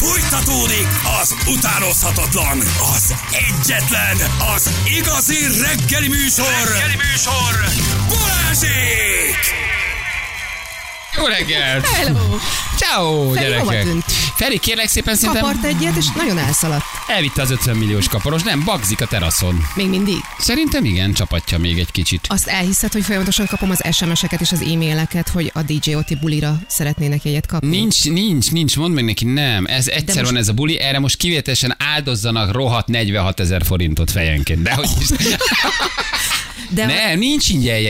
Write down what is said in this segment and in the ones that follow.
Fújtatódik az utánozhatatlan, az egyetlen, az igazi reggeli műsor, Balázsék! Jó reggelt! Hello! Ciao, Feri, hova gyerekek! tűnt? Feri, kérlek szépen, szerintem Kapart egyet, és nagyon elszaladt. elvitte az 50 milliós kaparos, nem, bagzik a teraszon. Még mindig. Szerintem igen, csapatja még egy kicsit. Azt elhiszed, hogy folyamatosan kapom az SMS-eket és az e-maileket, hogy a DJ Oti bulira szeretnének jegyet kapni? Nincs, mondd meg neki, nem. Ez egyszer most- van ez a buli, erre most kivételesen áldozzanak rohadt 46 000 forintot fejenként. Dehogy is. De Nem, nincs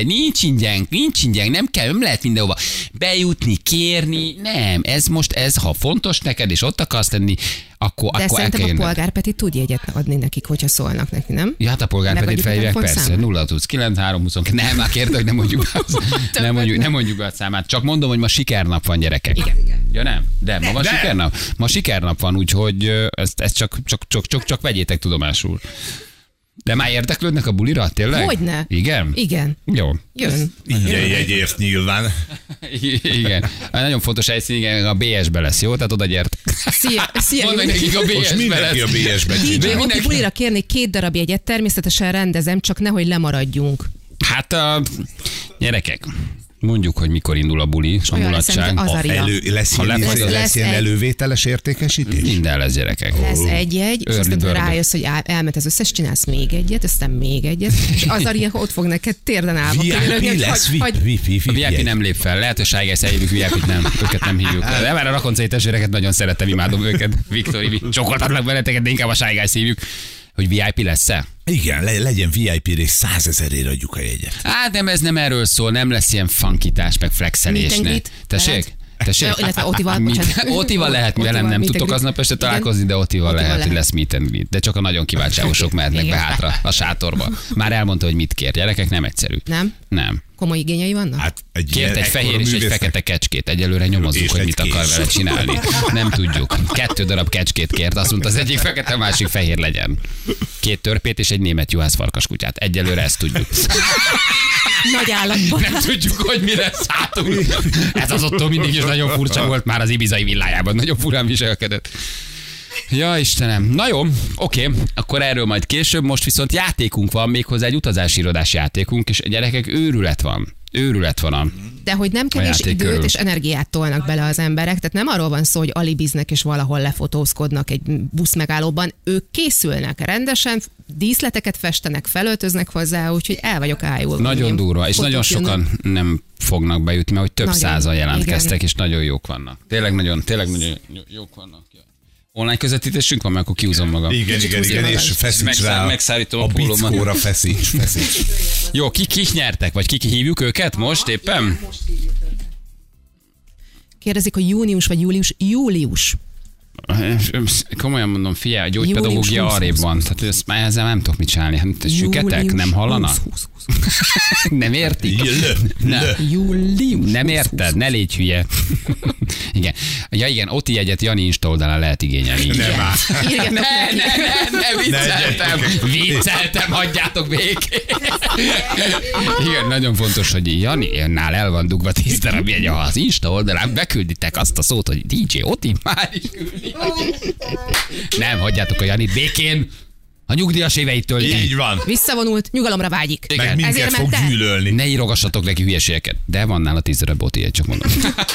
ingyen, nem kell, nem lehet mindenhova bejutni, kérni, nem, ez ha fontos neked, és ott akarsz lenni, akkor de el kell szerintem a jönnöd. polgárpeti tud jegyet adni nekik, hogyha szólnak neki, nem? Ja, hát a polgárpedit Megadjuk a felhívják, persze, telefonszámot? 0 tudsz, 9 3 22. Nem, már kérte, hogy nem mondjuk be nem mondjuk be a számát. Csak mondom, hogy ma sikernap van, gyerekek. Igen. Ja nem, de ma van sikernap. Ma sikernap van, úgyhogy ezt csak vegyétek tudomásul. De már érdeklődnek a bulira, tényleg? Hogyne. Igen? Igen. Jó. Jön. Ingyen jegyért nyilván. Igen. Nagyon fontos helyszín, igen, a BS-be lesz, jó? Tehát oda gyert. Szia, Mondd meg Júli. nekik, a Most BS-be mindenki a lesz. BS-be DJ csinál. Oti mindenki- bulira kérnék 2 darab jegyet, természetesen rendezem, csak nehogy lemaradjunk. Hát gyerekek, mondjuk, hogy mikor indul a buli, a Olyan lesz, mulatság. mint az Aria. Lesz Ha ilyen, lefagy- lesz ilyen egy- elővételes értékesítés? Minden lesz, gyerekek. Lesz egy jegy, és Early aztán bird. rájössz, hogy elment az összes, csinálsz még egyet, aztán még egyet, és az Aria ott fog neked térden állva. könyörögni, VIP hogy lesz, hagy- VIP. A VIP nem lép fel, lehet, hogy Sájgász elhívjuk, VIP-t nem, őket nem hívjuk. De már a rakoncai testvéreket nagyon szeretem, imádom őket. Viktori, csokoltatlak veleteket, de inkább a Sájgász hívjuk. Hogy VIP lesz-e? Igen, legyen VIP rész, 100 000-ért adjuk a jegyet. Hát nem, ez nem erről szól, nem lesz ilyen funkitás, meg flexelés. Meet and ne. greet? Tessék? Lehet? Tessék? Illetve Otival, bocsánat. Otival lehet, velem Otival nem meet and tudtok greet. aznap este Igen. találkozni, de Otival Otival lehet, hogy lehet. lesz meet and greet. De csak a nagyon kiváltságosok mehetnek be Igen. hátra a sátorba. Már elmondta, hogy mit kér. Gyerekek, nem egyszerű. Nem? Nem. Komoly igényei vannak? Hát egy Kért egy ilyen fehér ekkora és egy művésznek- fekete kecskét. Egyelőre nyomozzuk, És hogy egy mit akar kés. vele csinálni. Nem tudjuk. 2 darab kecskét kért, azt mondta, az egyik fekete, a másik fehér legyen. 2 törpét és egy német juhász farkaskutyát. Egyelőre ezt tudjuk. Nagy állatban. Nem tudjuk, hogy mi lesz hátul. Ez az Otto mindig is nagyon furcsa volt már az ibizai villájában. Nagyon furán viselkedett. Ja, Istenem. Na jó, oké, akkor erről majd később. Most viszont játékunk van, méghozzá egy utazási irodás játékunk, és gyerekek, őrület van. Őrület van a... De hogy nem kevés játék időt körül. és energiát tolnak bele az emberek, tehát nem arról van szó, hogy alibiznek és valahol lefotózkodnak egy buszmegállóban, ők készülnek rendesen, díszleteket festenek, felöltöznek hozzá, úgyhogy el vagyok ájulva. Nagyon Ilyen durva, és fotók nagyon jönnek. sokan nem fognak bejutni, mert hogy több Nagyon, százan jelentkeztek, igen. és nagyon jók vannak. Tényleg nagyon jók vannak. Ja. Online közvetítésünk van, mert akkor kiúzom magam. Igen, és feszíts rá megszállítom a a pólómat. bickóra, feszíts. Jó, kik nyertek, vagy kik hívjuk őket most éppen? Kérdezik, hogy június vagy július? Július. Komolyan mondom, figyelj, a gyógypedagógia Július 20, arrébb van. Tehát ezt már ezzel nem tudok mit csinálni. Hát, süketek, Július nem hallanak? 20. Nem értik? Nem. Július. Nem érted? Ne légy hülye. Igen. Ja igen, Oti jegyet Jani Insta oldalán lehet igényelni. Nem áll. Írjatok neki. vicceltem. Vicceltem, hagyjátok békén. Igen, nagyon fontos, hogy Jani-nál el van dugva 10 darab jegy, ha az Insta oldalán bekülditek azt a szót, hogy DJ Oti, már is küldi. Nem, hagyjátok a Janit békén. A nyugdíjas éveit tölti. Így van. Visszavonult, nyugalomra vágyik. Igen. Meg minket Ezért fog ment el. gyűlölni. Ne írogassatok neki hülyeségeket. De van nála 10 darab Oti jegy, csak mondom.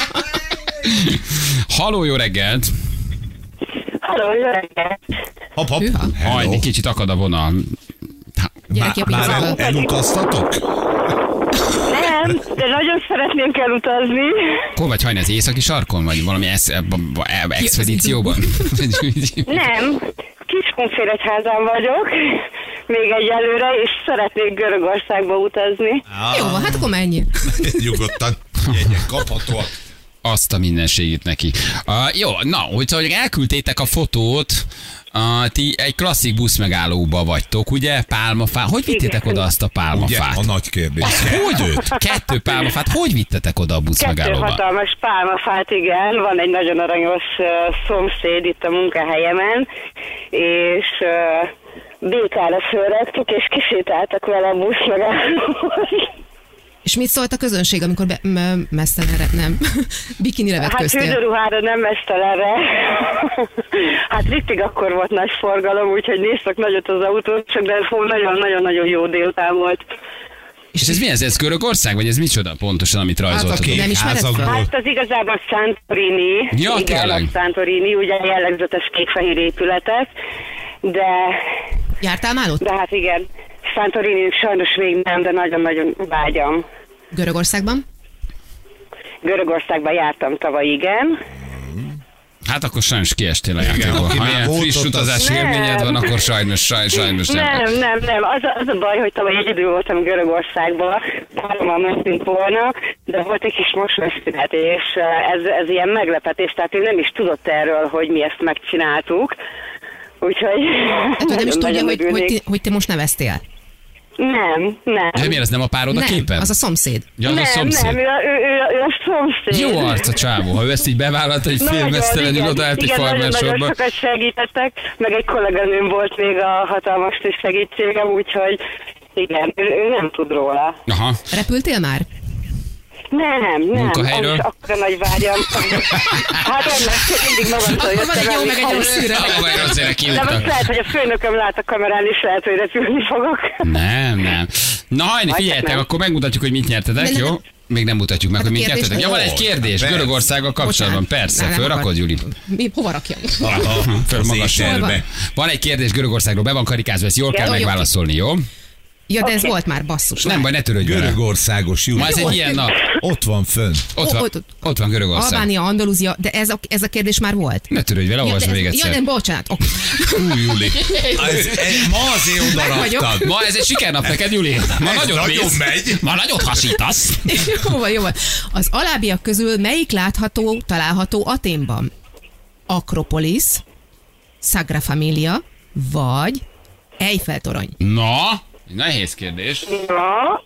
Haló, jó reggelt! Halló, jó reggelt! Hopp. Hűha. Hajni, kicsit akad a vonal. Gyereki a pincával. Elutaztatok? Nem, de nagyon szeretnénk elutazni. Hol vagy Hajni, az északi sarkon, vagy valami expedícióban? Nem, Kiskunfélegyházán vagyok, még egyelőre, és szeretnék Görögországba utazni. Jó van, hát akkor menjél. Nyugodtan. Jegyek kaphatóak. Azt a mindenségét neki. Jó, na, hogy elküldtétek a fotót, ti egy klasszik buszmegállóba vagytok, ugye? Pálmafát. Hogy vittétek Igen. oda azt a Ugye, pálmafát? a nagy kérdés. Hogy? 2 pálmafát. Hogy vittetek oda a 2 buszmegállóba? hatalmas pálmafát, igen, van egy nagyon aranyos szomszéd itt a munkahelyemen, és békára fölraktuk, és kisétáltak vele a buszmegállóhoz. És mit szólt a közönség, amikor mesztelenre, nem, bikinire Hát vetköztél? hűdőruhára nem mesztelenre. Hát Rittig akkor volt nagy forgalom, úgyhogy néztek nagyot az autósok, de ez nagyon-nagyon jó délután volt. És ez mi ez Görögország, vagy ez micsoda pontosan, amit rajzoltatok? kék Nem ismered fel? házakból. Hát az igazából Santorini. Ja, igen, tényleg? a Santorini, ugye jellegzetes kék-fehér épületek, Jártál már ott? de hát igen, Santorini sajnos még nem, de nagyon-nagyon vágyam. Görögországban? Görögországban jártam tavaly, igen. Hát akkor sajnos kiestél a játékból. aki Ha már ilyen volt friss ott, az- utazási Nem. élményed van, akkor sajnos nem. Nem. Az a baj, hogy tavaly egyedül voltam Görögországban, hárommal mentünk volna, de volt egy kis mosolyszünet, és ez ilyen meglepetés, tehát ő nem is tudott erről, hogy mi ezt megcsináltuk. Úgyhogy... Hát, hogy nem is tudja, nagyon hogy örülnék. te most neveztél. Nem. De miért ez nem a párod a Nem, képen? az a szomszéd. Ja, az a szomszéd. Nem, ő a szomszéd. Jó arc a csávó, ha ő ezt így bevállalta, hogy filmesztelenül odaállt egy nagyon farmersorba. sokat segítettek, meg egy kolléganőm volt még a hatalmas kis segítségem, úgyhogy igen, ő nem tud róla. Aha. Repültél már? Nem. Munkahelyről? Az is akkora nagy vágyam. Hát ennek mindig magamtól Akkor van egy jó, jöttem meg egy rossz híre. Vagy rosszére de most kiúgtak. lehet, hogy a főnököm lát a kamerán, és lehet, hogy repülni fogok. Nem. Na hajni, Vagy figyeljetek, nem. akkor megmutatjuk, hogy mit nyertetek, Nem. jó? Még nem mutatjuk meg, Hát hogy a mit kérdés- nyertetek. Ja, van egy kérdés Persze. Görögországgal kapcsolatban. Bocsánat. Persze, Nem fölrakod, akar- Juli. Mi, hova rakjam? Föl az magasra. ételbe. Van egy kérdés Görögországról, be van karikázva, ezt jól kell Jó, megválaszolni, jó? Ja, de ez Oké. volt már basszus. Nem baj, ne törődj vele. Görögországos Júli. Ma ez egy ilyen nap. Ott van fönn. Ott van Görögország. Albánia, Andalúzia, de ez a kérdés már volt. Ne törődj vele, olvasd de még ja, egyszer. nem, bocsánat. Okay. Ú, Júli. Ma azért oda Meg vagyok. raktad. Ma ez egy sikernap neked, Juli. Ma Ez nagyot nagyon mész. megy. Ma nagyot hasítasz. Jó van. Az alábbiak közül melyik található Athénban? Akropolis, Sagra Familia, vagy Eiffel-torony? Na, nehéz kérdés. Na,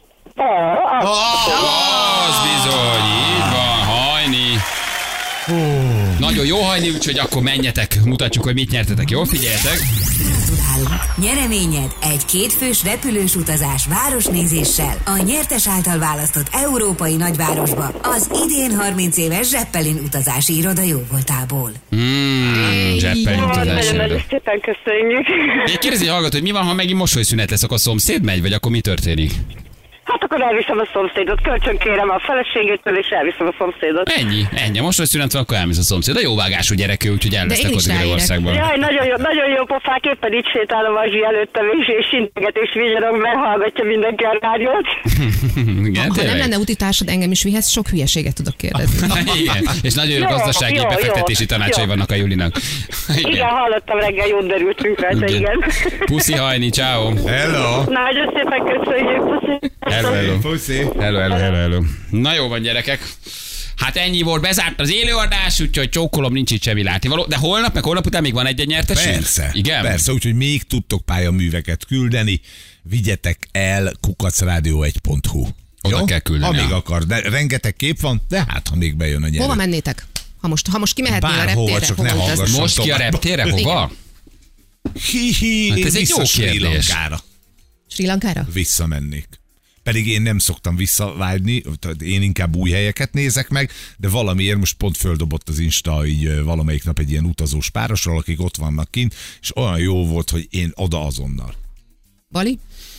Az bizony, így van, hajni. Nagyon jó hajni, úgyhogy akkor menjetek, mutatjuk, hogy mit nyertetek. Jó, figyeljetek. Gratulálunk! Nyereményed egy kétfős repülős utazás városnézéssel a nyertes által választott európai nagyvárosba az idén 30 éves Zeppelin utazási iroda jóvoltából. Zeppelin utazásra. nagyon szépen köszönjük. Én kérdezi a hallgató, hogy mi van, ha megint mosolyszünet lesz, akkor a szomszéd megy, vagy akkor mi történik? Hát akkor elviszem a szomszédot, kölcsönkérem a feleségétől, és elviszem a szomszédot. Ennyi. A mosolyszünet van, akkor elmész a szomszéd. A jó vágású gyerek ő, úgyhogy el De lesznek én ott is ráérek. Görögországban. Jaj, nagyon jó pofák, éppen itt sétálom a zsi előttem, és integet és vigyorog, mert hallgatja mindenki a rádiót. Igen, Ha nem tényleg? lenne útitársad, engem is vihetsz, sok hülyeséget tudok kérdezni. Igen, és nagyon jó Jó, gazdasági jó, befektetési jó, tanácsai jó. vannak a Julinak. Igen, hallottam reggel, jót derültünk rajta, igen. Puszi hajni, ciao. Hello. Nagyon szépen köszönjük, puszi. Hello. Puszi. Hello. Na jó van, gyerekek. Hát ennyi volt, bezárt az élőadás, úgyhogy csókolom, nincs itt semmi látnivaló. De holnap, meg holnap után még van egy nyertesünk? Persze. Igen? Persze, úgyhogy még tudtok pályaműveket küldeni. Vigyetek el kukacradio1.hu. Oda Jó? kell küldeni, Ha még ja. akar, de rengeteg kép van, de hát ha még bejön a nyerő. Hova mennétek? Ha most kimehetnél a Bárhova, reptérre, csak hova ne utaznél? hallgasson. Most ki a tovább. reptére? Hova? Hi-hi, Hát én ez egy jó vissza Sri kérdés. Lankára Sri Lankára? visszamennék. Pedig én nem szoktam visszavágyni, tehát én inkább új helyeket nézek meg, de valamiért most pont földobott az Insta így valamelyik nap egy ilyen utazós párosról, akik ott vannak kint, és olyan jó volt, hogy én oda azonnal. Bali?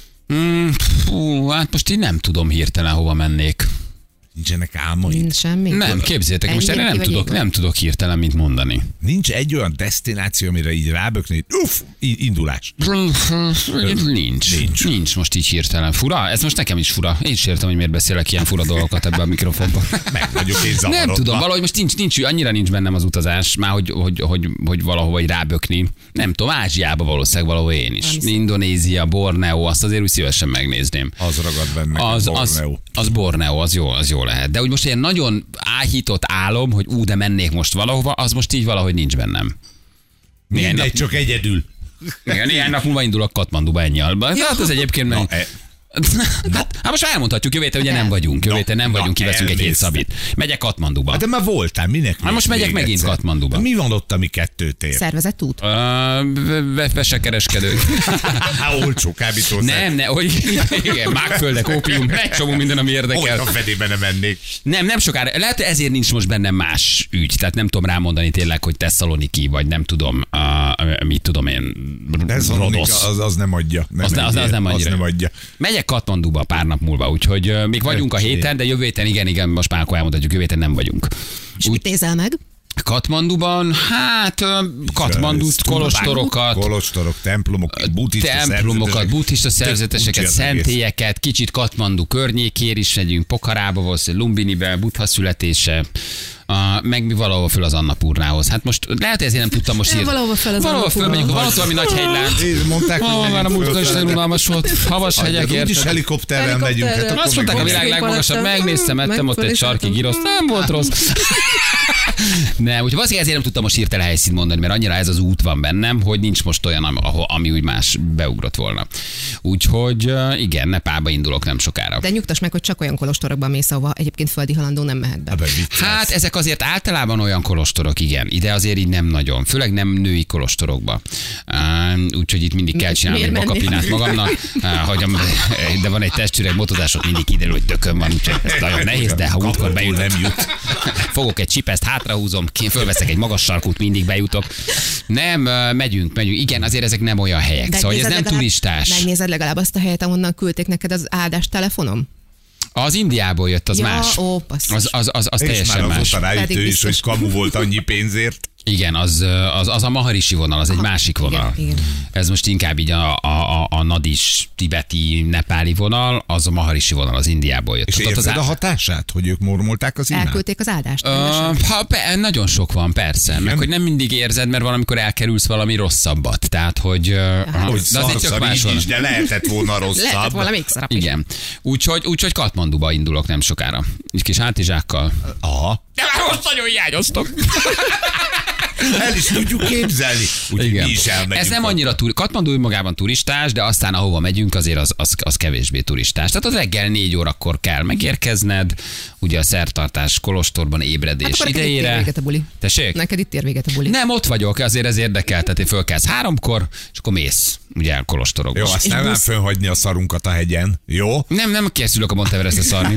Hát most én nem tudom hirtelen hova mennék. Nincsenek álmaid? Nincs semmi? Nem, képzeljétek, most erre nem tudok hirtelen mit mondani. Nincs egy olyan destináció, amire így rábökni, indulás. Nincs most így hirtelen. Fura? Ez most nekem is fura. Én is értem, hogy miért beszélek ilyen fura dolgokat ebbe a mikrofonba. Meg vagyok én zavarodva. Nem tudom, valahogy most annyira nincs bennem az utazás, már hogy valahova így rábökni. Nem tudom, Ázsiába valószínűleg valahol én is. Indonézia, Borneo, azt azért úgy szívesen megnézném. Az ragad benne, Borneo. Az Borneo, az jó lehet. De úgy most ilyen nagyon áhított álom, hogy de mennék most valahova, az most így valahogy nincs bennem. Mindegy, csak egyedül. Igen, néhány nap múlva indulok Katmanduba ennyi alba. Hát az egyébként meg... Hát most már elmondhatjuk, jövő héten ugye nem vagyunk. Jövő héten nem vagyunk, kiveszünk egy hét Szabit. Megyek Katmanduba. De már voltál, minek? Hát most megyek megint Katmanduba. Mi van ott, ami kettőt ér? Szervezett út? Vesekereskedők. Olcsó kábítószer. Igen, mágföldek, ópium, egy csomó minden, ami érdekel. Olyan fedében nem mennék. Nem sokára. Lehet, hogy ezért nincs most bennem más ügy. Tehát nem tudom rámondani tényleg, hogy Tesszaloniki, vagy nem tudom, mit tudom én, Rodosz. Az nem adja. Az nem adja. Megyek Katmanduba pár nap múlva, úgyhogy még vagyunk a héten, de jövő héten igen, most már akkor elmondhatjuk, jövő héten nem vagyunk. És mit nézel meg? Katmanduban, hát Katmandut, kolostorok, templomokat, buddhista szerzeteseket, szentélyeket, kicsit Katmandu környékér is megyünk, Pokarába, valószínűleg Lumbinibe, Buddha születése, meg mi valahol föl az Annapurnához. Hát most lehet, ezért nem tudtam most írni. Valahol föl az Valahol fölmegyünk, valami nagy hegylánc. Mondták, hogy már a múltkor is unalmas volt. Havas hegyek, érted? Úgyis helikopterrel megyünk. Azt mondták, a világ legmagasabb, megnéztem, ettem ott egy sarki giroszt, nem volt rossz. Nem, úgyhogy valószínűleg ezért nem tudtam most hirtelen helyszínt mondani, mert annyira ez az út van bennem, hogy nincs most olyan, ami úgy más beugrott volna. Úgyhogy igen, Nepálba indulok nem sokára. De nyugtass meg, hogy csak olyan kolostorokban mész, ahova egyébként földi halandó nem mehet be. Hát ezek azért általában olyan kolostorok, igen. Ide azért így nem nagyon. Főleg nem női kolostorokba. Úgyhogy itt mindig kell csinálni egy makapinát magamnak. De van egy testüreg motozások, mindig kiderül, hogy tököm van. Úgyhogy ez nagyon nehéz, de ha útkor bejut, nem jut. Fogok egy csipeszt, hátrahúzom, fölveszek egy magas sarkút, mindig bejutok. Nem, megyünk. Igen, azért ezek nem olyan helyek. Szóval ez nem turistás. Megnézed legalább azt a helyet, ahonnan küldték neked az áldás telefonom? Az Indiából jött, az más. Az teljesen más. És már rájött ő is, hogy kamu volt annyi pénzért. Igen, az a Maharishi vonal, az egy másik vonal. Igen. Ez most inkább így a nadis, tibeti, nepáli vonal, az a Maharishi vonal, az Indiából jött. És érzed a hatását, hogy ők mormolták az imát? Elküldték az áldást? Nagyon sok van, persze. Igen? Meg hogy nem mindig érzed, mert valamikor elkerülsz valami rosszabbat. Tehát, hogy szarszar így is, de lehetett volna rosszabb. Lehetett volna még szarabb. Igen. Úgyhogy Katmanduba indulok nem sokára. Egy kis hátizsákkal. Aha. De már most nagyon hiányoztok. El is tudjuk képzelni. Úgyhogy mi is elmegyünk. Ez nem annyira Katmandu magában turistás, de aztán ahova megyünk, azért az kevésbé turistás. Tehát ott reggel 4 órakor kell megérkezned, ugye a szertartás kolostorban ébredés hát idejére. Neked itt ér véget a buli. Tessék? Neked itt ér véget a buli. Nem, ott vagyok, azért ez érdekel. Tehát fölkelsz 3-kor, és akkor mész, ugye a kolostorokba. Jó, azt nem fölhagyni a szarunkat a hegyen, jó? Nem készülök a Monteverestre szarni.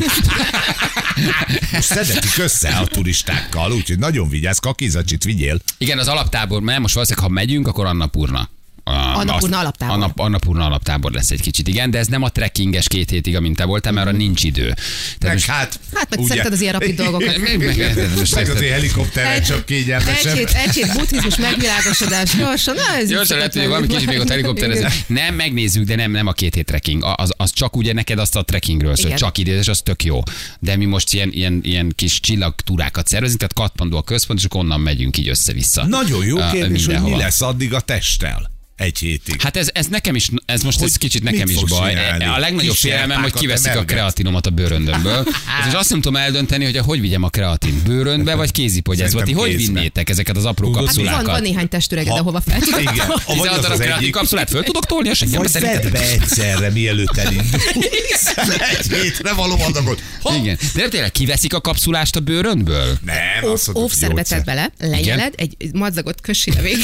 Szedetik össze a turistákkal, úgyhogy nagyon vigyázz, kakizacsit vigyél. Igen, az alaptábor, mert most valószínűleg, ha megyünk, akkor Annapurna. Annapurna alaptábor. Annapurna alaptábor lesz egy kicsit, igen, de ez nem a trekkinges 2 hétig, amint te voltál, mert arra nincs idő. Meg hát meg szerinted az ilyen rapid dolgokat. Meg az helikopterrel csak kényelmesebb. Egy buddhizmus megvilágosodás gyorsan. Gyorsan lehet, hogy valami kicsit még ott helikopterezés. Nem, megnézzük, de nem a 2 hét trekking. Az csak ugye neked azt a trekkingről szól, csak idézés, az tök jó. De mi most ilyen kis csillagtúrákat szervezünk, tehát Katmandu a központ, és onnan megyünk így össze-vissza. Nagyon jó kérdés, hogy mi lesz addig a testtel. 1 hétig. Hát ez nekem is, ez kicsit nekem is baj. Csinálni? A legnagyobb félelmem, hogy kiveszik a kreatinomat a bőröndömből. És azt nem tudom eldönteni, hogy vigyem a kreatin bőröndbe, vagy kézipodgyászba. Ti hogy vinnétek ezeket az apró kapszulákat? Van néhány testüreged, ahova fel tudod. Igen. 16 darab kreatin kapszulát föl tudok tolni a seggembe szerintetek? Vagy vedd be egyszerre, mielőtt elindulsz. 1 hétre való adagot. Igen. De nem tényleg kiveszik a kapszulást a bőröndből? Nem. Óvszerbe tedd bele, lenyeled, egy madzagot kössére végig.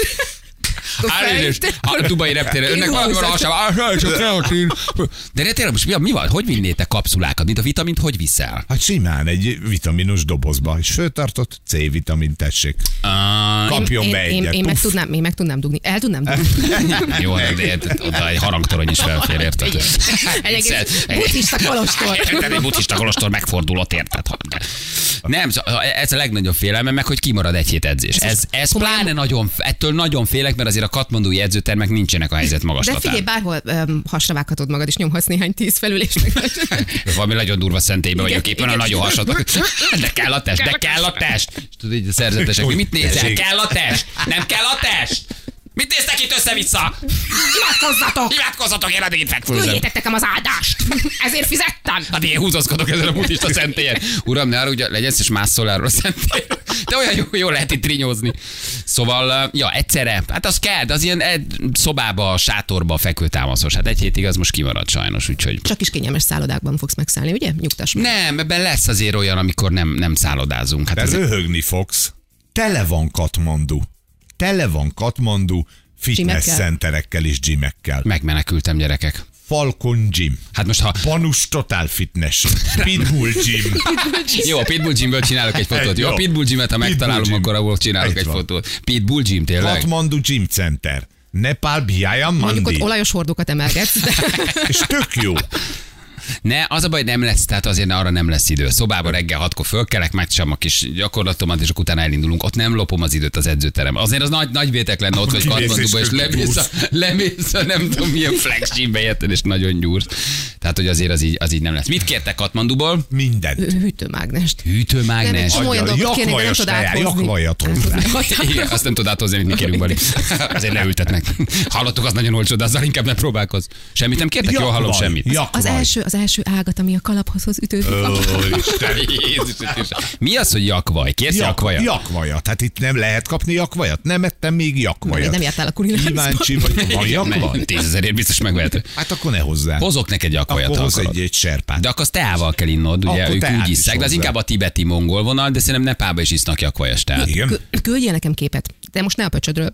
A dubai reptéren. Önnek valami van a hasában. De tényleg most mi van? Hogy vinnétek kapszulákat? Mint a vitamint hogy viszel? Hát simán egy vitaminos dobozba. És föltartott C-vitamin, tessék. Kapjon be egyet. Én meg tudnám dugni. El tudnám dugni. Jó, de oda egy harangtorony is felfér, érted? Egy buddhista kolostor. Egy buddhista kolostor megfordulott, érted? Nem, ez a legnagyobb félelme, meg hogy kimarad 1 hét edzés. Ez pláne ettől nagyon félek, mert azért a katmandui edzőtermek nincsenek a helyzet magaslatán. De figyelj, bárhol hasra vághatod magad, és nyomhatsz néhány 10 felülést. Valami nagyon durva szentélyben vagyok éppen, a nagyon hasad. De kell a test. És tudod, így a szerzetesek, mit nézel? Kell a test? Nem kell a test? Mit intéztek itt össze-vissza? Imádkozzatok! Én addig itt fekfőzöm. Küldjétek nekem az áldást! Ezért fizettem! Hát én húzózkodok ezen a buddhista szentélyen. Uram, ne arra, legyen és másszol erről a szentélyen. De olyan jó lehet itt trinyózni. Szóval, ja, egyszerre, hát az kell, de az ilyen szobába, sátorba fekvőtámaszos. Hát egy hétig az most kimarad sajnos, úgyhogy... Csak is kényelmes szállodákban fogsz megszállni, ugye? Nyugtass meg. Nem, ebben lesz azért olyan, amikor nem szállodázunk. Hát De röhögni fogsz. Tele van Katmandu fitness Gymekkel? centerekkel és gymekkel. megmenekültem, gyerekek. Falcon Gym. Hát most ha... Banus Total Fitness. Pitbull Gym. Jó, a Pitbull Gymből csinálok egy fotót. Jó, a Jó. Pitbull Gymet, ha megtalálom, Gym. akkor abból csinálok egy van. fotót. Pitbull Gym, tényleg? Katmandu Gym Center. Nepal Biayam Mondjuk ott Mandi. olajos hordókat emelgetsz, de És tök jó. Ne, az a baj, nem lesz, tehát azért arra nem lesz idő. Szobában reggel 6-kor fölkelek, megcsinálom a kis gyakorlatomat, és akkor utána elindulunk. Ott nem lopom az időt az edzőterem. Azért az nagy vétek lenne ott, vagy Kimész és Katmanduba, és lemész a nem tudom milyen flex gymbe érted, és nagyon gyúrsz. Tehát, hogy azért az így nem lesz. Mit kértek Katmanduból? Mindent. hűtőmágnest. Hűtőmágnes. Nem, olyan dolgot kérnék, de nem tud áthozni. Jakvajat hozzá. Igen, azt nem tudod áthozni, amit mi kérünk, Bali. Azért leültetnek. Hallottuk, az nagyon olcsó, de azzal inkább ne próbálkozz. Semmit nem kértek? Jól hallom, semmit. Az első ágat, ami a kalaphoz ütődik. Jézus, mi az, hogy jakvaj? Kérsz jakvajat? Jakvajat. Hát itt nem lehet kapni jakvajat? Nem ettem még Még jakvajat. nem jártál a kuriláncba. Kíváncsi vagy, van jakvaj? 10 000-ért biztos megvehető. Hát akkor ne hozzá. Hozok neked jakvajat, Akkor ha hoz akarod. egy serpát. De akkor azt teával kell innod, ugye Akkor ők teát úgy is isszák, de az hozzá. inkább a tibeti mongol vonal, de szerintem Nepálba is isznak jakvajas teát. Igen? Küldjél nekem képet. De most ne a pöcsödről.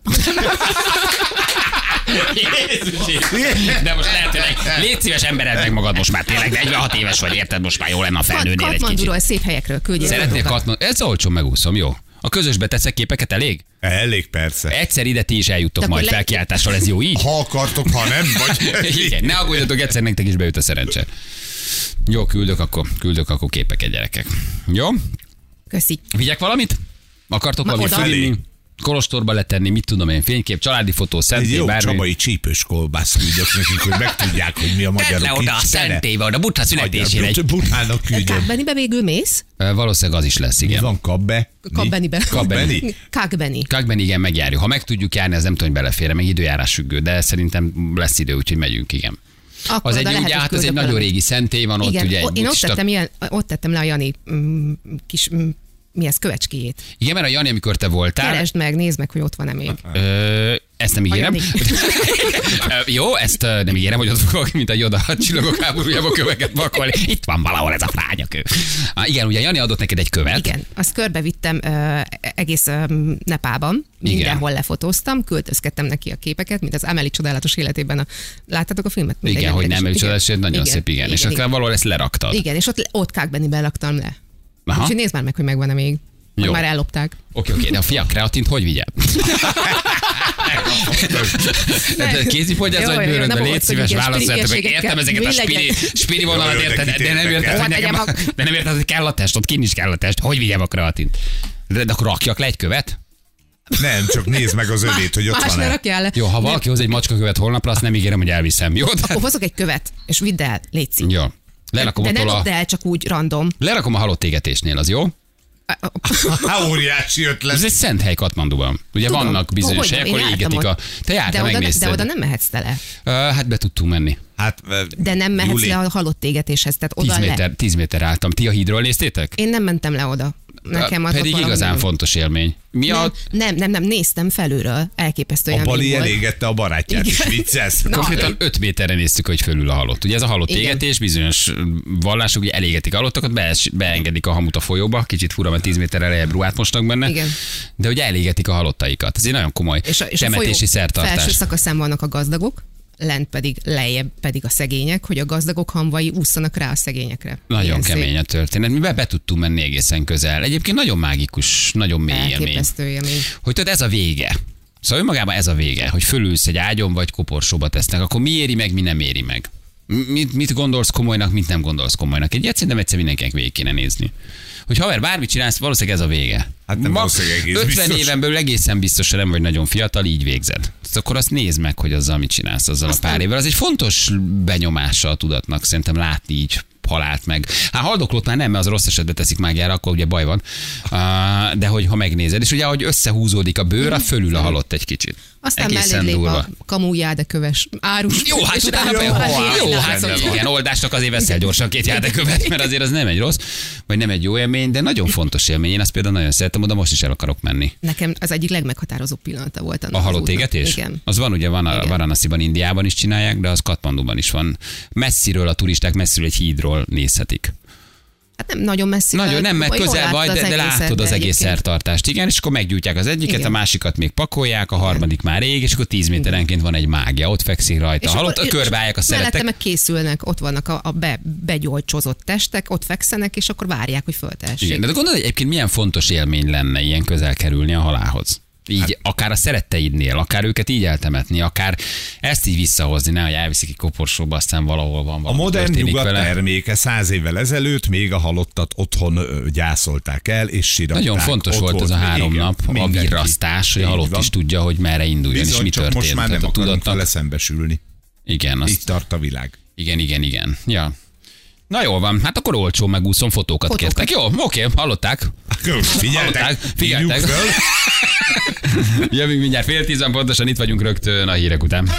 De most lehet, hogy légy szíves, embered meg magad most már tényleg, 46 éves vagy, érted, most már jó lenne a felnőnél egy kicsit. Katmanduról, szép helyekről küldjél. Szeretnél fotókat. Katmandu? Ez olcsón megúszom, jó? A közösbe teszek képeket, elég? Elég persze. Egyszer ide ti is eljuttok De majd akkor felkiáltással, ez jó így? Ha akartok, ha nem, vagy... Igen, ne aggódjatok, egyszer nektek is beüt a szerencse. Jó, küldök akkor képeket, gyerekek. Jó? Köszi. Vigyek valamit? Akartok valamit oda. fölvinni? Kolostorba letenni, mit tudom én, fénykép, családi fotó, Egy szentély, jó bármi. csabai csípős kolbász küldök nekik, hogy megtudják, hogy mi a Tedd le magyarok oda a szentélybe, oda Buddha születésére. Butának küldöm. Kákbenibe végül mész? Valószínűleg az is lesz, Mi igen. van, kabbe? Kabbenibe. Kabbeni? Kákbeni. Kakben igen, megjárjuk. Ha meg tudjuk járni, az nem tudom, hogy belefér, meg időjárás függő, de szerintem lesz idő, úgyhogy megyünk, igen. Akkor Az egy, oda lehet, ugye, hogy hát az egy küldök nagyon valamit. régi szentély van ott, Igen, ugye. Egy én buddhista- ott tettem le a Jani kis, mi ez, kövecskéjét. Igen, mert a Jani, amikor te voltál, Keresd meg, nézd meg, hogy ott van-e még. ezt nem ígérem. Jani. Jó, ezt nem ígérem, hogy ott fogok, mint a Yoda a csillagok háborújába köveket pakolni. Itt van valahol ez a frányakő. Igen, ugye Jani adott neked egy követ. Igen, azt körbevittem egész Nepában, mindenhol lefotóztam, költözkedtem neki a képeket, mint az Amelie csodálatos életében. Láttátok a filmet? Mindegy, Igen, hogy mindegy. nem, Igen. csodálatos, nagyon szép, igen. És akkor valahol ezt leraktad. Igen, és ott Kákbeniben laktam le. Aha. Úgyhogy nézd már meg, hogy megvan-e még. Vagy Jó. már ellopták. Oké, de a fia kreatint hogy vigyel? Kézifogyasz Jó, vagy jó, bőrödbe, nem légy volt, hogy szíves, ilyen válaszoljátok meg. spirigérségekkel. Értem ezeket a Mi legyen? spiri vonalat, Jó, érted? de De nem érted, hogy Hova nekem, tegyem de nem érted, hogy kell a test, ott kint is kell a test. Hogy vigyem a kreatint? De akkor rakjak le egy követ? Nem, csak nézd meg az övét, hogy ott Más ne van-e. rakjál le. Jó, ha valaki hoz egy macskakövet holnapra, azt nem ígérem, hogy elviszem. Jó? Akkor hozok egy követ, és vidd el, légy Jó. Lerakom De ne attól dobd el csak úgy random. Lerakom a halott égetésnél, az jó? Há, óriási Ez ötlet. egy szent hely Katmanduban. Ugye Tudom. vannak bizonyos Hogy nem? helyek, ahol Én jártam égetik a... ott. Te jártál, de megnézted. oda nem mehetsz tele. Hát be tudtunk menni. Hát, De nem mehetsz Júli, le a halott égetéshez, tehát 10 oda le. 10 méter álltam. Ti a hídról néztétek? Én nem mentem le oda. Nekem az Pedig ott valami igazán nem. fontos élmény. Mi a... Nem, néztem felülről. Elképesztő a élmény Bali volt. elégette a barátját is, Igen. viccelsz. Na, Konkrétan 5 méterre néztük, hogy fölül a halott. Ugye ez a halott Igen. égetés, bizonyos vallások ugye elégetik a halottakat, beengedik a hamut a folyóba, kicsit fura, mert 10 méterre lejjebb ruhát mosnak benne. Igen. De ugye elégetik a halottaikat. Ez egy nagyon komoly És a temetési folyó szertartás. felső szakaszán vannak a gazdagok, lent pedig lejjebb pedig a szegények, hogy a gazdagok hamvai ússzanak rá a szegényekre. Nagyon Ilyen kemény szép, a történet. Mi be tudtunk menni egészen közel. Egyébként nagyon mágikus, nagyon mély élmény. elképesztő élmény. Hogy tudod, ez a vége. Szóval önmagában ez a vége, hogy fölülsz egy ágyon, vagy koporsóba tesznek, akkor mi éri meg, mi nem éri meg. Mit gondolsz komolynak, mit nem gondolsz komolynak. Egy ilyet szerintem egyszer mindenkinek végig kéne nézni. Hogy haver, bármit csinálsz, valószínűleg ez a vége. Hát nem valószínűleg egész 50 biztos. éven belül egészen biztos, hogy nem vagy nagyon fiatal, így végzed. Akkor azt nézd meg, hogy azzal mit csinálsz, azzal a pár évvel. Az egy fontos benyomása a tudatnak, szerintem látni így halált meg. Hát haldoklót már nem, mert az rossz esetben teszik mágiára, akkor ugye baj van. De hogy ha megnézed, és ugye ahogy összehúzódik a bőr, a fölül a halott egy kicsit. Aztán mellé lép a kamú jádeköves árus. Jó, hát és utána jó, hát igen, oldásnak azért veszel gyorsan 2 jádekövet, mert azért az nem egy rossz, vagy nem egy jó élmény, de nagyon fontos élmény. Én azt például nagyon szeretem, oda most is el akarok menni. Nekem az egyik legmeghatározóbb pillanata volt. A halott égetés? Igen. Az van, ugye van a Varanasiban, Indiában is csinálják, de az Katmanduban is van. Messziről a turisták messziről egy hídról nézhetik. Hát nem nagyon messzi. Nagyon nem, mert közel vagy, de látod az egész szertartást. Igen, és akkor meggyújtják az egyiket, igen. A másikat még pakolják, a harmadik már rég, és akkor 10 méterenként van egy mágia, ott fekszik rajta. Halott, körbeállják a szeretek. Mellette meg készülnek, ott vannak a begyolcsozott testek, ott fekszenek, és akkor várják, hogy föltehessék. Igen, de gondolod, hogy egyébként milyen fontos élmény lenne ilyen közel kerülni a halálhoz. Így, akár a szeretteidnél, akár őket így eltemetni, akár ezt így visszahozni, nehogy elviszik egy koporsóba, aztán valahol van valami. A modern nyugat vele. terméke 100 évvel ezelőtt még a halottat otthon gyászolták el, és siratták. Nagyon fontos ott volt ez a 3 igen, nap, a virrasztás, hogy a halott is tudja, hogy merre induljon, bizony, és mi csak történt. most már nem a akarunk tudatnak. vele szembesülni. Igen, Itt tart a világ. Igen. Ja. Na jól van, hát akkor olcsó megúszom, fotókat kértek. Jó, oké, hallották. Figyeltek. Föl. Jövünk mindjárt 9:30, pontosan itt vagyunk rögtön a hírek után.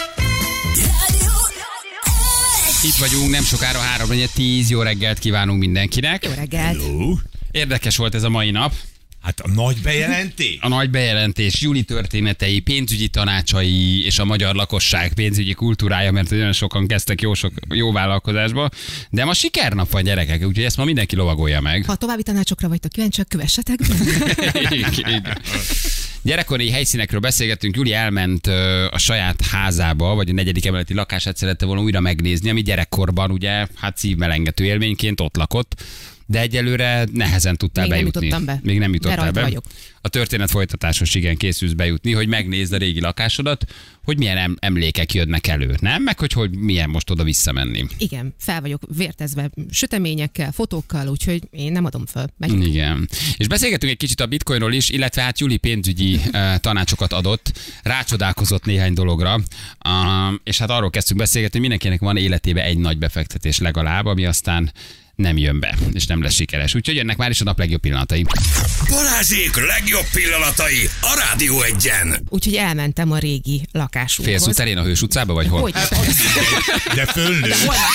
Itt vagyunk, nem sokára 3:10, jó reggelt kívánunk mindenkinek. Jó reggelt. Hello. Érdekes volt ez a mai nap. Hát a nagy bejelentés. A nagy bejelentés, Juli történetei, pénzügyi tanácsai és a magyar lakosság pénzügyi kultúrája, mert olyan sokan kezdtek jó vállalkozásba. De ma sikernap van, gyerekek, úgyhogy ezt ma mindenki lovagolja meg. Ha további tanácsokra vagytok kíváncsiak, kövessetek be. Gyerekkori helyszínekről beszélgettünk, Juli elment a saját házába, vagy a 4. emeleti lakását szerette volna újra megnézni, ami gyerekkorban ugye hát szívmelengető élményként ott lakott. De egyelőre nehezen tudtál Még nem bejutni. jutottam be. Még nem jutottál De be. vagyok. A történet folytatásos igen készülsz bejutni, hogy megnézd a régi lakásodat, hogy milyen emlékek jönnek elő, nem? Meg hogy milyen most oda visszamenni. Igen, fel vagyok vértezve süteményekkel, fotókkal, úgyhogy én nem adom föl. Megyünk. Igen. És beszélgetünk egy kicsit a bitcoinról is, illetve hát Juli pénzügyi tanácsokat adott, rácsodálkozott néhány dologra, és hát arról kezdtünk beszélgetni, hogy mindenkinek van életébe egy nagy befektetés legalább, ami aztán nem jön be, és nem lesz sikeres. Úgyhogy jönnek már is a nap legjobb pillanatai. Balázsék legjobb pillanatai a Rádió 1-en. Úgyhogy elmentem a régi lakásunkhoz. Félsz terén a Hős utcába, vagy hol? Hogy De fölnő.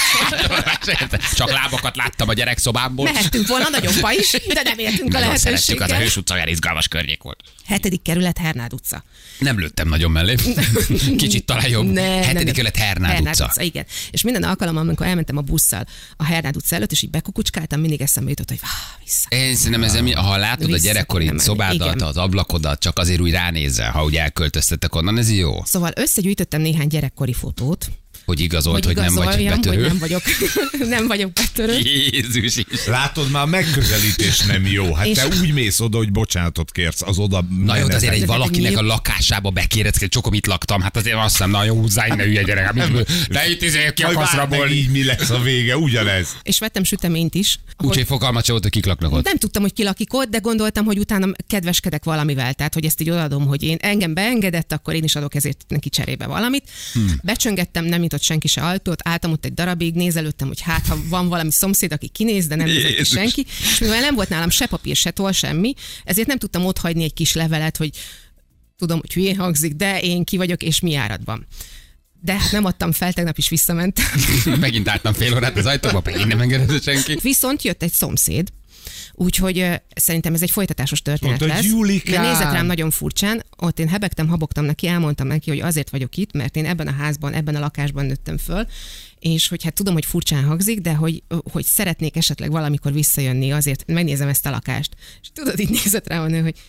Csak lábakat láttam a gyerekszobámból. mehettünk volna nagyobba is, de nem értünk a Nagyon szeretjük, az a lehetőséggel. Hős utca olyan izgalmas környék volt. 7. kerület, Hernád utca. Nem lőttem nagyon mellé. Kicsit talán jobb. 7. kerület, Hernád utca. Igen. És minden alkalommal, amikor elmentem a busszal a Hernád utca előtt, és így bekukucskáltam, mindig eszembe jutott, hogy vissza. Én szerintem ha látod a Vissza gyerekkori kéne menni. szobádat, Igen. az ablakodat, csak azért úgy ránézzel, ha úgy elköltöztetek onnan, ez jó. Szóval összegyűjtöttem néhány gyerekkori fotót, Hogy igazolt, hogy nem vagy igazoljam, betörő. hogy nem vagyok betörő. Jézus is. Látod, már a megközelítés nem jó. Hát És- te úgy mész oda, hogy bocsánatot kérsz az oda. Na jó, de azért egy De valakinek mi- a lakásába bekéredsz, hogy csokom itt laktam, hát azért azt hiszem, na jó, húzzá innen, hülye gyerek, de itt ki Majd akarsz várd meg, rabolni. így mi lesz a vége, ugyanez. És vettem süteményt is. ahol Úgyhogy fogalmat sem volt, hogy kik laknak ott. nem tudtam, hogy ki lakik ott, de gondoltam, hogy utána kedveskedek valamivel. Tehát, hogy ezt így odaadom, hogy én engem beengedett, akkor én is adok ezért neki cserébe valamit. Becsöngettem, nem nyitott senki se ajtót, álltam ott egy darabig, nézelődtem, hogy hát, ha van valami szomszéd, aki kinéz, de nem nézett ki Jézus. senki. És mivel nem volt nálam se papír, se toll, semmi, ezért nem tudtam otthagyni egy kis levelet, hogy tudom, hogy hülyén hangzik, de én ki vagyok, és mi áradban. De hát nem adtam fel, tegnap is visszamentem. Megint álltam fél órát az ajtóba, megint nem engedett senki. Viszont jött egy szomszéd, úgyhogy szerintem ez egy folytatásos történet Mondta, hogy lesz. Julikám. De nézett rám nagyon furcsán, ott én hebegtem, habogtam neki, elmondtam neki, hogy azért vagyok itt, mert én ebben a házban, ebben a lakásban nőttem föl, és hogy hát tudom, hogy furcsán hangzik, de hogy szeretnék esetleg valamikor visszajönni, azért megnézem ezt a lakást. És tudod, így nézett rám a nő, hogy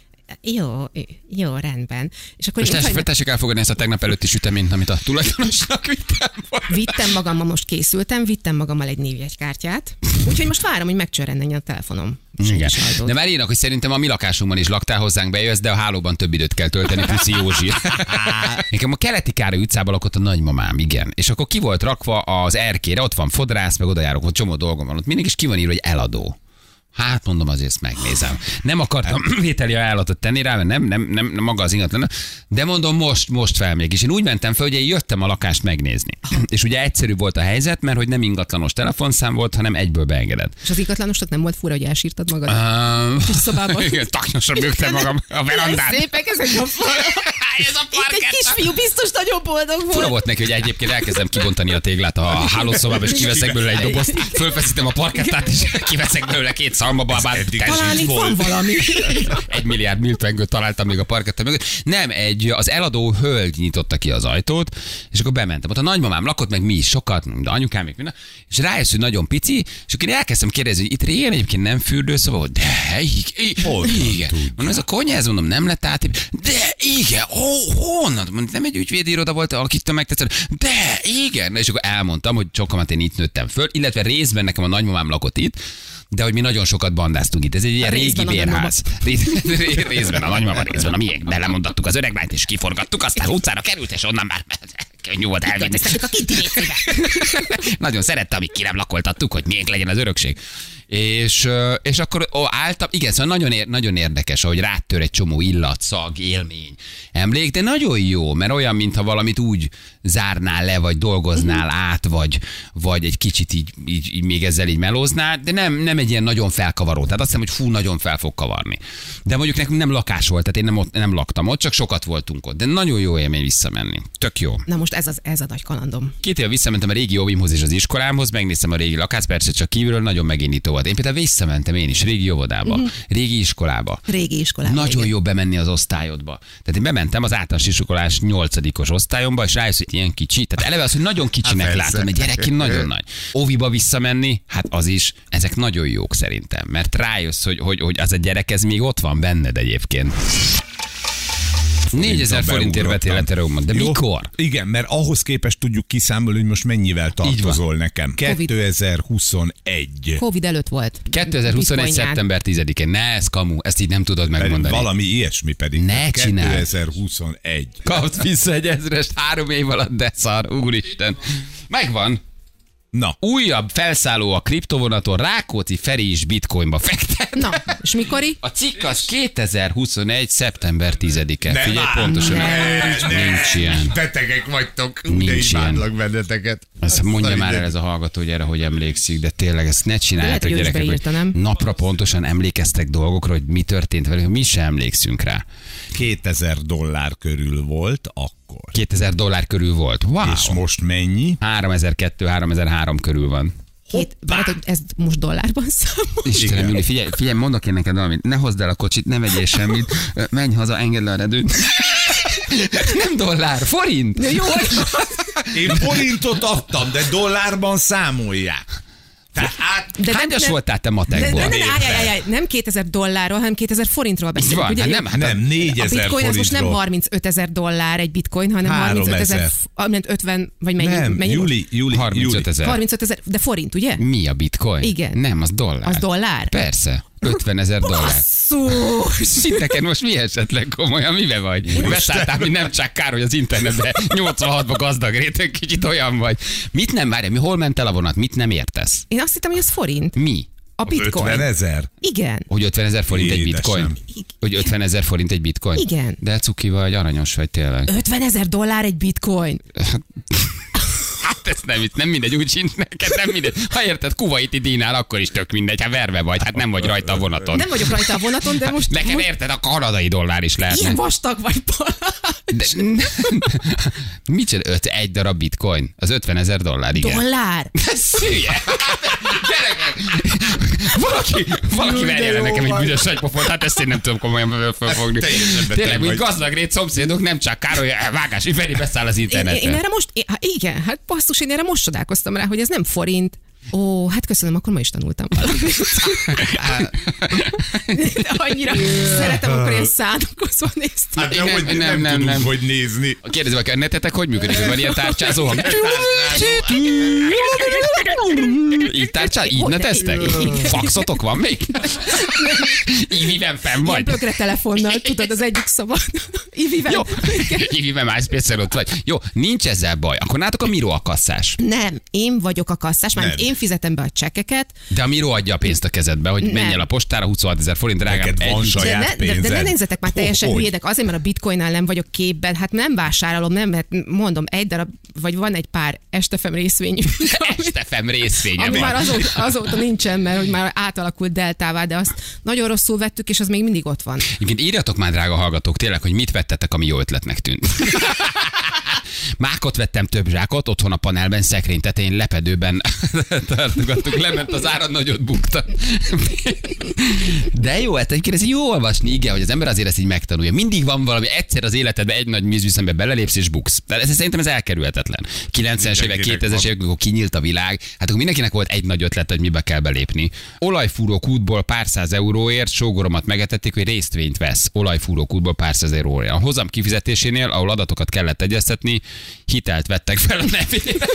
jó, rendben. És akkor És én tessék elfogadni ezt a tegnap előtti süteményt, amit a tulajdonosnak vittem. vittem magammal, most készültem, vittem magammal egy névjegykártyát, úgyhogy most várom, hogy megcsörrenjen a telefonom. Igen. Senki se De már írnak, hogy szerintem a mi lakásunkban is laktál, hozzánk bejössz, de a hálóban több időt kell tölteni, Puszi Józsi. Nekem a Keleti Károly utcában lakott a nagymamám, igen. És akkor ki volt rakva az erkére, ott van fodrász, meg oda járok, ott csomó dolgom van ott mindig, és ki van írva, hogy eladó. Hát mondom, azért ezt megnézem. Nem akartam vételi ajánlatot tenni rá, mert nem maga az ingatlan, de mondom, most felmegyek. És én úgy mentem fel, hogy én jöttem a lakást megnézni. És ugye egyszerű volt a helyzet, mert hogy nem ingatlanos telefonszám volt, hanem egyből beengedett. És az ingatlanosnak nem volt fura, hogy elsírtad magad? Kis szobában. Igen, taknyosan bőgtem magam a verandán. Szépek ezek a Ez a Itt egy kisfiú biztos nagyon boldog volt. Fura volt neki, hogy egyébként elkezdem kibontani a téglát a hálószobába, és kiveszek belőle egy dobozt, fölfeszítem a parkettát, és kiveszek belőle 2 szalmababát. Talán itt van valami. 1 milliárd miltpengőt találtam még a parkettát mögött. Nem, az eladó hölgy nyitotta ki az ajtót, és akkor bementem. Ott a nagymamám lakott, meg mi is sokat, de anyukám még minden, és rájössz, hogy nagyon pici, és akkor én elkezdtem kérdezni, hogy itt régen egyébként nem fürdőszoba volt, de igen. Mondom, ez a konyház, mondom, nem lett át, de igen, honnan? Mondom, nem egy ügyvédi iroda volt, akit megtetszett, de igen. És akkor elmondtam, hogy sokamat én itt nőttem föl, illetve részben nekem a nagymamám lakott itt, de hogy mi nagyon sokat bandáztunk itt. Ez egy ilyen régi bérház. Részben a nagymama, részben a miénk. Belemondattuk az öreglányt, és kiforgattuk, aztán utcára került, és onnan már könnyű volt elvinni. A kinti vécébe. Nagyon szerette, amíg ki nem lakoltattuk, hogy miénk legyen az örökség. És akkor álltam, igen, szóval nagyon érdekes, ahogy rátör egy csomó illat, szag, élmény, emlék, de nagyon jó, mert olyan, mintha valamit úgy zárnál le, vagy dolgoznál át, vagy egy kicsit így még ezzel így melóznál, de nem egy ilyen nagyon felkavaró. Tehát azt hiszem, hogy nagyon fel fog kavarni. De mondjuk nekünk nem lakás volt, tehát én nem laktam ott, csak sokat voltunk ott. De nagyon jó élmény visszamenni. Tök jó. Na most ez a nagy kalandom. 2 éve visszamentem a régi óvimhoz és az iskolámhoz, megnéztem a régi lakást, persze csak kívülről nagyon megindító volt. Én például visszamentem én is régi óvodába, régi iskolába. Nagyon jó bemenni az osztályodba. Tehát én bementem az általános iskolás 8-os osztályomba, és rájössz, hogy ilyen kicsi. Tehát eleve az, hogy nagyon kicsinek látom, egy gyerek nagyon nagy. Óviba visszamenni, hát az is, ezek nagyon jók szerintem, mert rájössz, hogy az a gyerek, ez még ott van benned egyébként. 4000 forintért vettél Ethereumot, de jó, mikor? Igen, mert ahhoz képest tudjuk kiszámolni, hogy most mennyivel tartozol nekem. 2021. Covid előtt volt. 2021. szeptember 10-én. Ne, ez kamu, ezt így nem tudod megmondani. Valami ilyesmi pedig. Ne csinálj. 2021. Kapsz vissza egy 1000-est 3 év alatt, de szar, úristen. Megvan. Na. Újabb felszálló a kriptovonaton, Rákóczi Feri is bitcoinba fektet. Na, és mikori? A cikk az 2021. szeptember 10-e. Figyelj pontosan. Nincs ilyen. Betegek vagytok. Nincs ilyen. Benneteket. Ezt mondja már el ez a hallgató, hogy erre hogy emlékszik, de tényleg ezt ne csináljátok, gyerekek, hogy napra pontosan emlékeztek dolgokra, hogy mi történt velük, mi sem emlékszünk rá. $2000 körül volt akkor. $2000 körül volt. Wow. És most mennyi? 3002-3003 körül van. Ez most dollárban számol. Istenem, Júli, figyelj, mondok én neked valamit. Ne hozd el a kocsit, ne vegyél semmit. Menj haza, engedd le a redőt. Nem dollár, forint. Jó. Én forintot adtam, de dollárban számolják. Hányas voltál te matekból? Nem $2000, hanem $2000 forintról beszélünk. Van, ugye? Nem, 4000 a bitcoin az most nem $35,000 egy bitcoin, hanem 35,000, 50, vagy mennyi? Nem, mennyi? Júli. 35,000. 35,000, de forint, ugye? Mi a bitcoin? Igen. Nem, az dollár. Az dollár? Persze. $50,000. Basszus! Neked most mi esetleg komolyan, mibe vagy? Beszálltál, mint nem csak kár, hogy az internetben 86-ban gazdag réteg, kicsit olyan vagy. Mit nem várja, hol ment el a vonat, mit nem értesz? Én azt hittem, hogy ez forint. Mi? A bitcoin. 50,000? Igen. Hogy 50,000 forint egy bitcoin? Hogy 50,000 forint egy bitcoin? Igen. De cuki vagy, aranyos vagy tényleg. $50,000 egy bitcoin. Hát ez nem mindegy, úgy sincs neked, nem mindegy. Ha érted, kuvaiti dínál, akkor is tök mindegy, ha verve vagy, hát nem vagy rajta a vonaton. Nem vagyok rajta a vonaton, de most... Nekem érted, a kanadai dollár is lehetne. Ilyen vastag vagy, Balázs. Mit csinál? 1 darab bitcoin? Az $50,000, igen. Dollár? Ez hülye. Gyerekek! Valaki verje le nekem egy büdös nagypofont, hát ezt én nem tudom komolyan fölfogni. Tényleg, hogy gazdag rét szomszédok, nem csak Károly vágás, Feri beszáll az internetre. Én erre most, igen, hát basszus, én erre most csodálkoztam rá, hogy ez nem forint. Ó, hát köszönöm, akkor ma is tanultam valamit. De annyira szeretem, akkor ilyen szánakozva néztem. Hát nem tudunk, hogy nézni. Kérdezem, a netetek hogy működik? Van ilyen tárcsázó hang? Így tárcsál? Így neteztek? Faxotok van még? Iviben fenn vagy? Ilyen blökre telefonnal, tudod, az egyik szabad. Iviben. Jó, Iviben MySpace-en ott vagy. Jó, nincs ezzel baj. Akkor nálatok a Miro a kasszás. Nem, én vagyok a kasszás, mert én én fizetem be a csekkeket. De a Miro adja a pénzt a kezedbe, hogy menj el a postára, 26 000 forint, drágám. Neked van saját De pénzed. ne nézzetek már teljesen Hogy? hülyének, azért, mert a bitcoinnál nem vagyok képben, hát nem vásárolom, nem, hát mondom, egy darab, vagy van egy pár Estefem részvény. Estefem részvénye Ami van. már azóta nincsen, mert hogy már átalakult deltává, de azt nagyon rosszul vettük, és az még mindig ott van. Egyébként írjatok már, drága hallgatók, tényleg, hogy mit vettetek, ami jó ötletnek tűnt. Mákot vettem, több zsákot, otthon a panelben, szekrény tetején, lepedőben tartogattuk, lement az ára, nagyot bukta. De jó, hát egyébként ez jó olvasni, igen, hogy az ember azért ezt így megtanulja. Mindig van valami, egyszer az életedben egy nagy műzűszembe belelépsz és buksz. De szerintem ez elkerülhetetlen. 90-es évek, 2000-es évek, amikor kinyílt a világ, hát akkor mindenkinek volt egy nagy ötlet, hogy mibe kell belépni. Olajfúró kútból pár száz euróért sógoromat megetették, hogy részvényt vesz. Olajfúró kútból pár száz euróért. A hozam kifizetésénél, ahol adatokat kellett egyeztetni, hitelt vettek fel a nevére.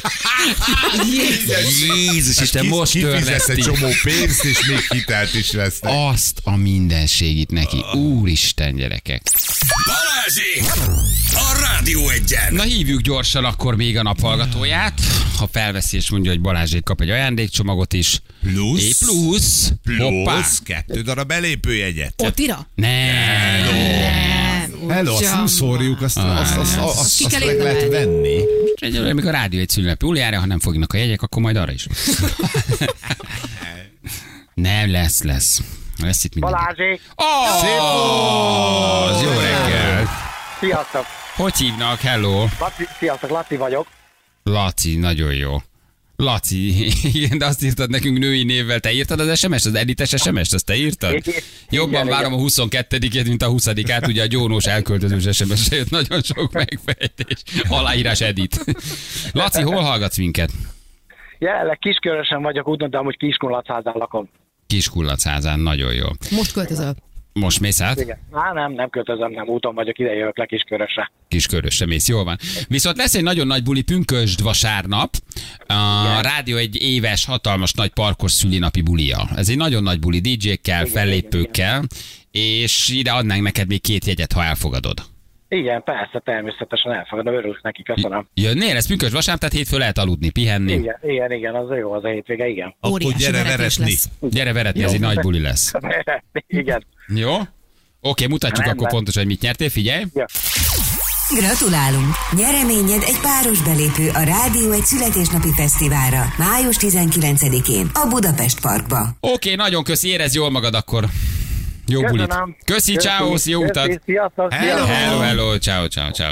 Jézus Isten, most Kifizet törleszti. egy csomó pénzt, és még hitelt is vesznek. Azt a mindenségit neki. Úristen, gyerekek. Balázsék! A Rádió Egyen! Na hívjuk gyorsan akkor még a naphallgatóját. Ha felveszi és mondja, hogy Balázsék kap egy ajándékcsomagot is. Plusz. Hoppá. Plusz 2 darab belépőjegyet. Otira? Nem. Hello, azt nem szórjuk, azt ki kell meg lehet érdemelni. venni. Egyelőre még a rádió egy szülinapi újjára, ha nem fognak a jegyek, akkor majd arra is. Nem, lesz. Lesz itt minden. Balázsék, Az jó reggel. sziasztok! Hogy hívnak? Hello. Sziasztok, Laci vagyok. Laci, nagyon jó. Laci, igen, de azt írtad nekünk női névvel. Te írtad az SMS-t, az edites SMS-t, azt te írtad? Igen, Jobban várom a 22-ét, mint a 20-át. Ugye a gyónós elköltözős SMS-re jött nagyon sok megfejtés. Aláírás edit. Laci, hol hallgatsz minket? Jelenleg Kiskörösen vagyok, úgy de amúgy Kiskunlacházán lakom. Kiskullacházán, nagyon jó. Most költözöl. Most mész át? Igen. Nem költözöm, nem úton vagyok, ide jövök le Kiskörösre. Kiskörösre mész, jól van. Viszont lesz egy nagyon nagy buli pünkösd vasárnap. A rádió egy éves, hatalmas nagy parkos szülinapi bulia. Ez egy nagyon nagy buli DJ-kkel, fellépőkkel, és ide adnánk neked még 2 jegyet, ha elfogadod. Igen, persze, természetesen elfogadom, örülök neki, köszönöm. Jönnél, ez pünkösd vasárnap, tehát hétfő lehet aludni, pihenni. Igen, az jó, az a hétvége, igen. Akkor Óriási gyere veretés veretni. lesz. Gyere veretni, ez egy nagy buli lesz. Igen. Jó? Oké, mutatjuk Rendben. akkor pontosan, hogy mit nyertél, figyelj. Gratulálunk! Nyereményed egy páros belépő a Rádió egy születésnapi fesztiválra május 19-én a Budapest Parkba. Oké, nagyon köszi, érezd jól magad akkor. Jó bulit. Köszönöm. Köszi, ciao, jó utat. Sziasztok. Hello. Hello, ciao.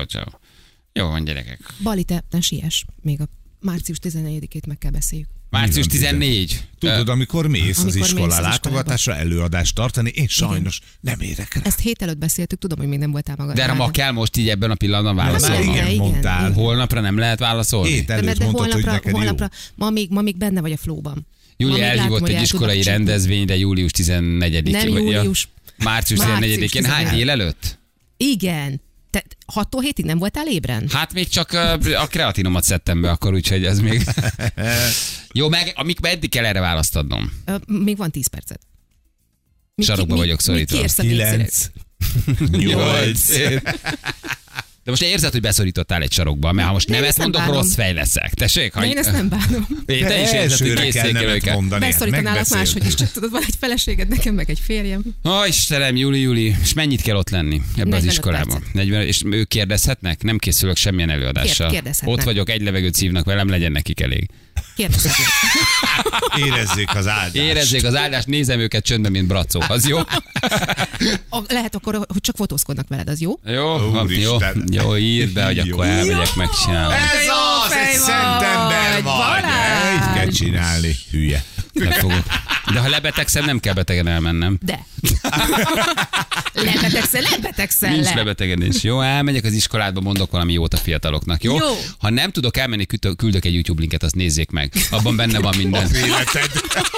Jó van, gyerekek. Bali, te ne siess. Még a március 14-ét meg kell beszéljük. Március 14. Tudod, amikor mész az Amikor mész iskola az látogatásra előadást tartani, én sajnos nem érek rá. Ezt hét előtt beszéltük, tudom, hogy még nem voltál magad. De erre ma kell most így ebben a pillanatban válaszolni. Már igen, igen, mondtál. Holnapra nem lehet válaszolni? Hét De, előtt de mondtad, hogy neked holnapra ma még benne vagy a flowban. Júli Ma még elhívott látom, hogy egy el iskolai tudok csípni. rendezvényre július 14-én. Nem július. Március 14-én. Hány 14. délelőtt? Igen. Te 6-tól 7-ig nem voltál ébren? Hát még csak a kreatinomat szedtem be akkor, úgyhogy ez még... Jó, meg eddig kell erre választ adnom. Még van 10 percet. Sarokba vagyok szorítva. Kiérsz a négyszerűt? 9, 8. De most érzed, hogy beszorítottál egy sarokba, mert ha most nem én ezt ezt nem mondok, bánom. rossz fej leszek. Tessék? De én ezt nem bánom. Te is érzed, hogy Elsőre kell nemet készszékelőket. mondani. hát Beszorítanálak megbeszéltük. máshogy is, csak tudod, van egy feleséged, nekem meg egy férjem. Ó, Istenem, Júli, és mennyit kell ott lenni ebbe az 45 iskolában? percet. 40, és ők kérdezhetnek? Nem készülök semmilyen előadással. Kérdezhetnek. Ott vagyok, egy levegőt szívnak velem, legyen nekik elég. Kérdezhetnek. Érezzék az áldást. Érezzék az áldást, nézem őket csöndben, mint bracó. Az jó? Lehet akkor, hogy csak fotózkodnak veled, az jó? Jó, Úristen. jó, írd be, hogy akkor elmegyek, megcsinálom. Ez Jó az, fej egy vagy, szent ember vagy. Balázs. Így kell csinálni, hülye. Megfogom. De ha lebetegszem, nem kell betegen elmennem. De. Lebetegszel Nincs le. lebetegedés. Jó, elmegyek az iskoládba, mondok valami jót a fiataloknak, jó? Jó. Ha nem tudok elmenni, küldök egy YouTube linket, azt nézzék meg. Abban benne van minden. Az életed.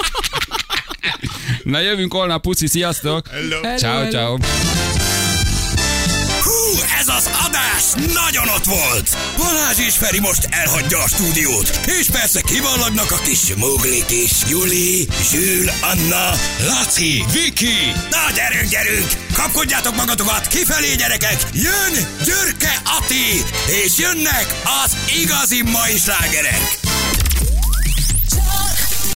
Na jövünk holnap, puszi, sziasztok! Hello. Ciao, ciao. Hú, ez az adás nagyon ott volt! Balázs és Feri most elhagyja a stúdiót, és persze kivallagnak a kis Muglik is. Juli, Zsül, Anna, Laci, Viki. Na gyerünk! Kapkodjátok magatokat, kifelé gyerekek! Jön Györke Ati, és jönnek az igazi mai slágerek!